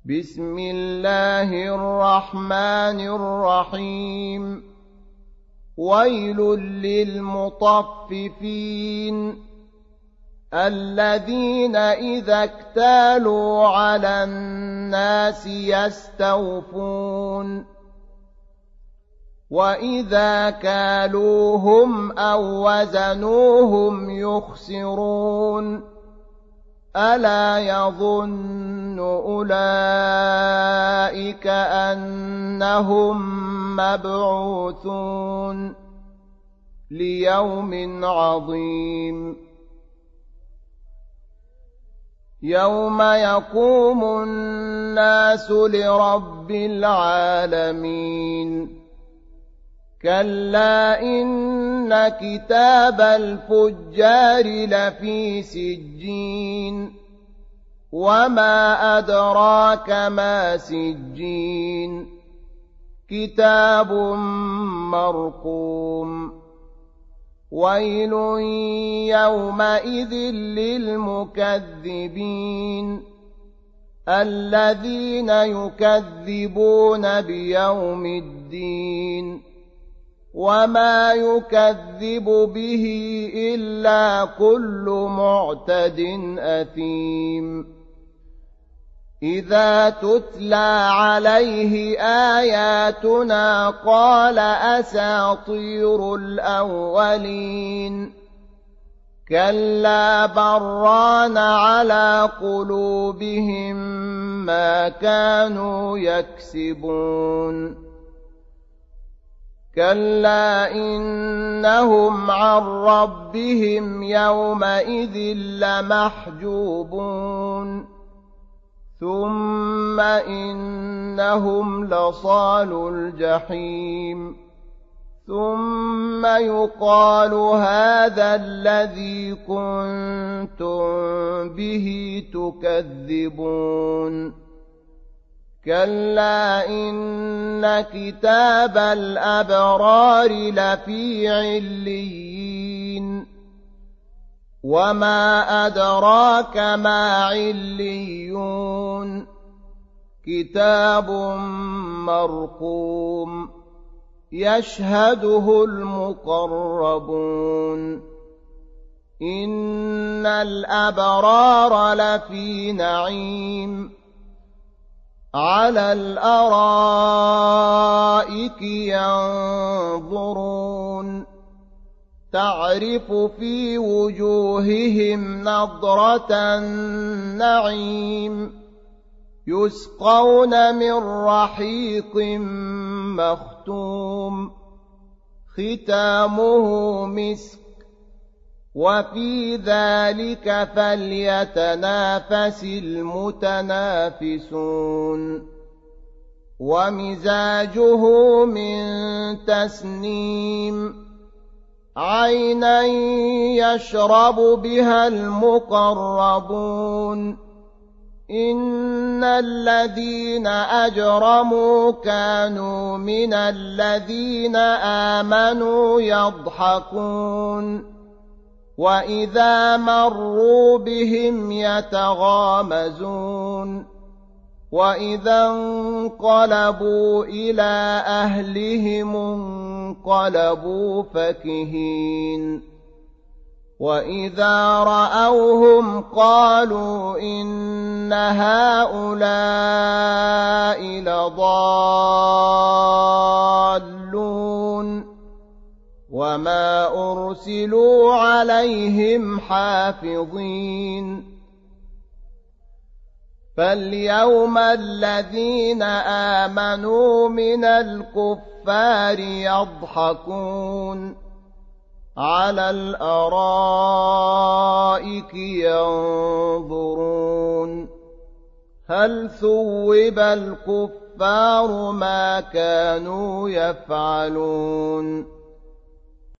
بسم الله الرحمن الرحيم ويل للمطففين الذين إذا اكتالوا على الناس يستوفون وإذا كالوهم أو وزنوهم يخسرون ألا يظن أولئك أنهم مبعوثون ليوم عظيم يوم يقوم الناس لرب العالمين كلا إن كتاب الفجار لفي سجين وما أدراك ما سجين كتاب مرقوم ويل يومئذ للمكذبين الذين يكذبون بيوم الدين وما يكذب به إلا كل معتد أثيم إذا تتلى عليه آياتنا قال أساطير الأولين كلا بران على قلوبهم ما كانوا يكسبون كلا إنهم عن ربهم يومئذ لمحجوبون ثم إنهم لصالو الجحيم ثم يقال هذا الذي كنتم به تكذبون كلا إن كتاب الأبرار لفي عليين وما أدراك ما عليون كتاب مرقوم يشهده المقربون إن الأبرار لفي نعيم على الأرائك ينظرون تعرف في وجوههم نضرة النعيم يسقون من رحيق مختوم ختامه مسك وفي ذلك فليتنافس المتنافسون ومزاجه من تسنيم عينا يشرب بها المقربون إن الذين أجرموا كانوا من الذين آمنوا يضحكون وإذا مروا بهم يتغامزون وإذا انقلبوا إلى أهلهم انقلبوا فكهين وإذا رأوهم قالوا إن هؤلاء لضالون وما أرسلوا عليهم حافظين فاليوم الذين آمنوا من الكفار يضحكون على الأرائك ينظرون هل ثوب الكفار ما كانوا يفعلون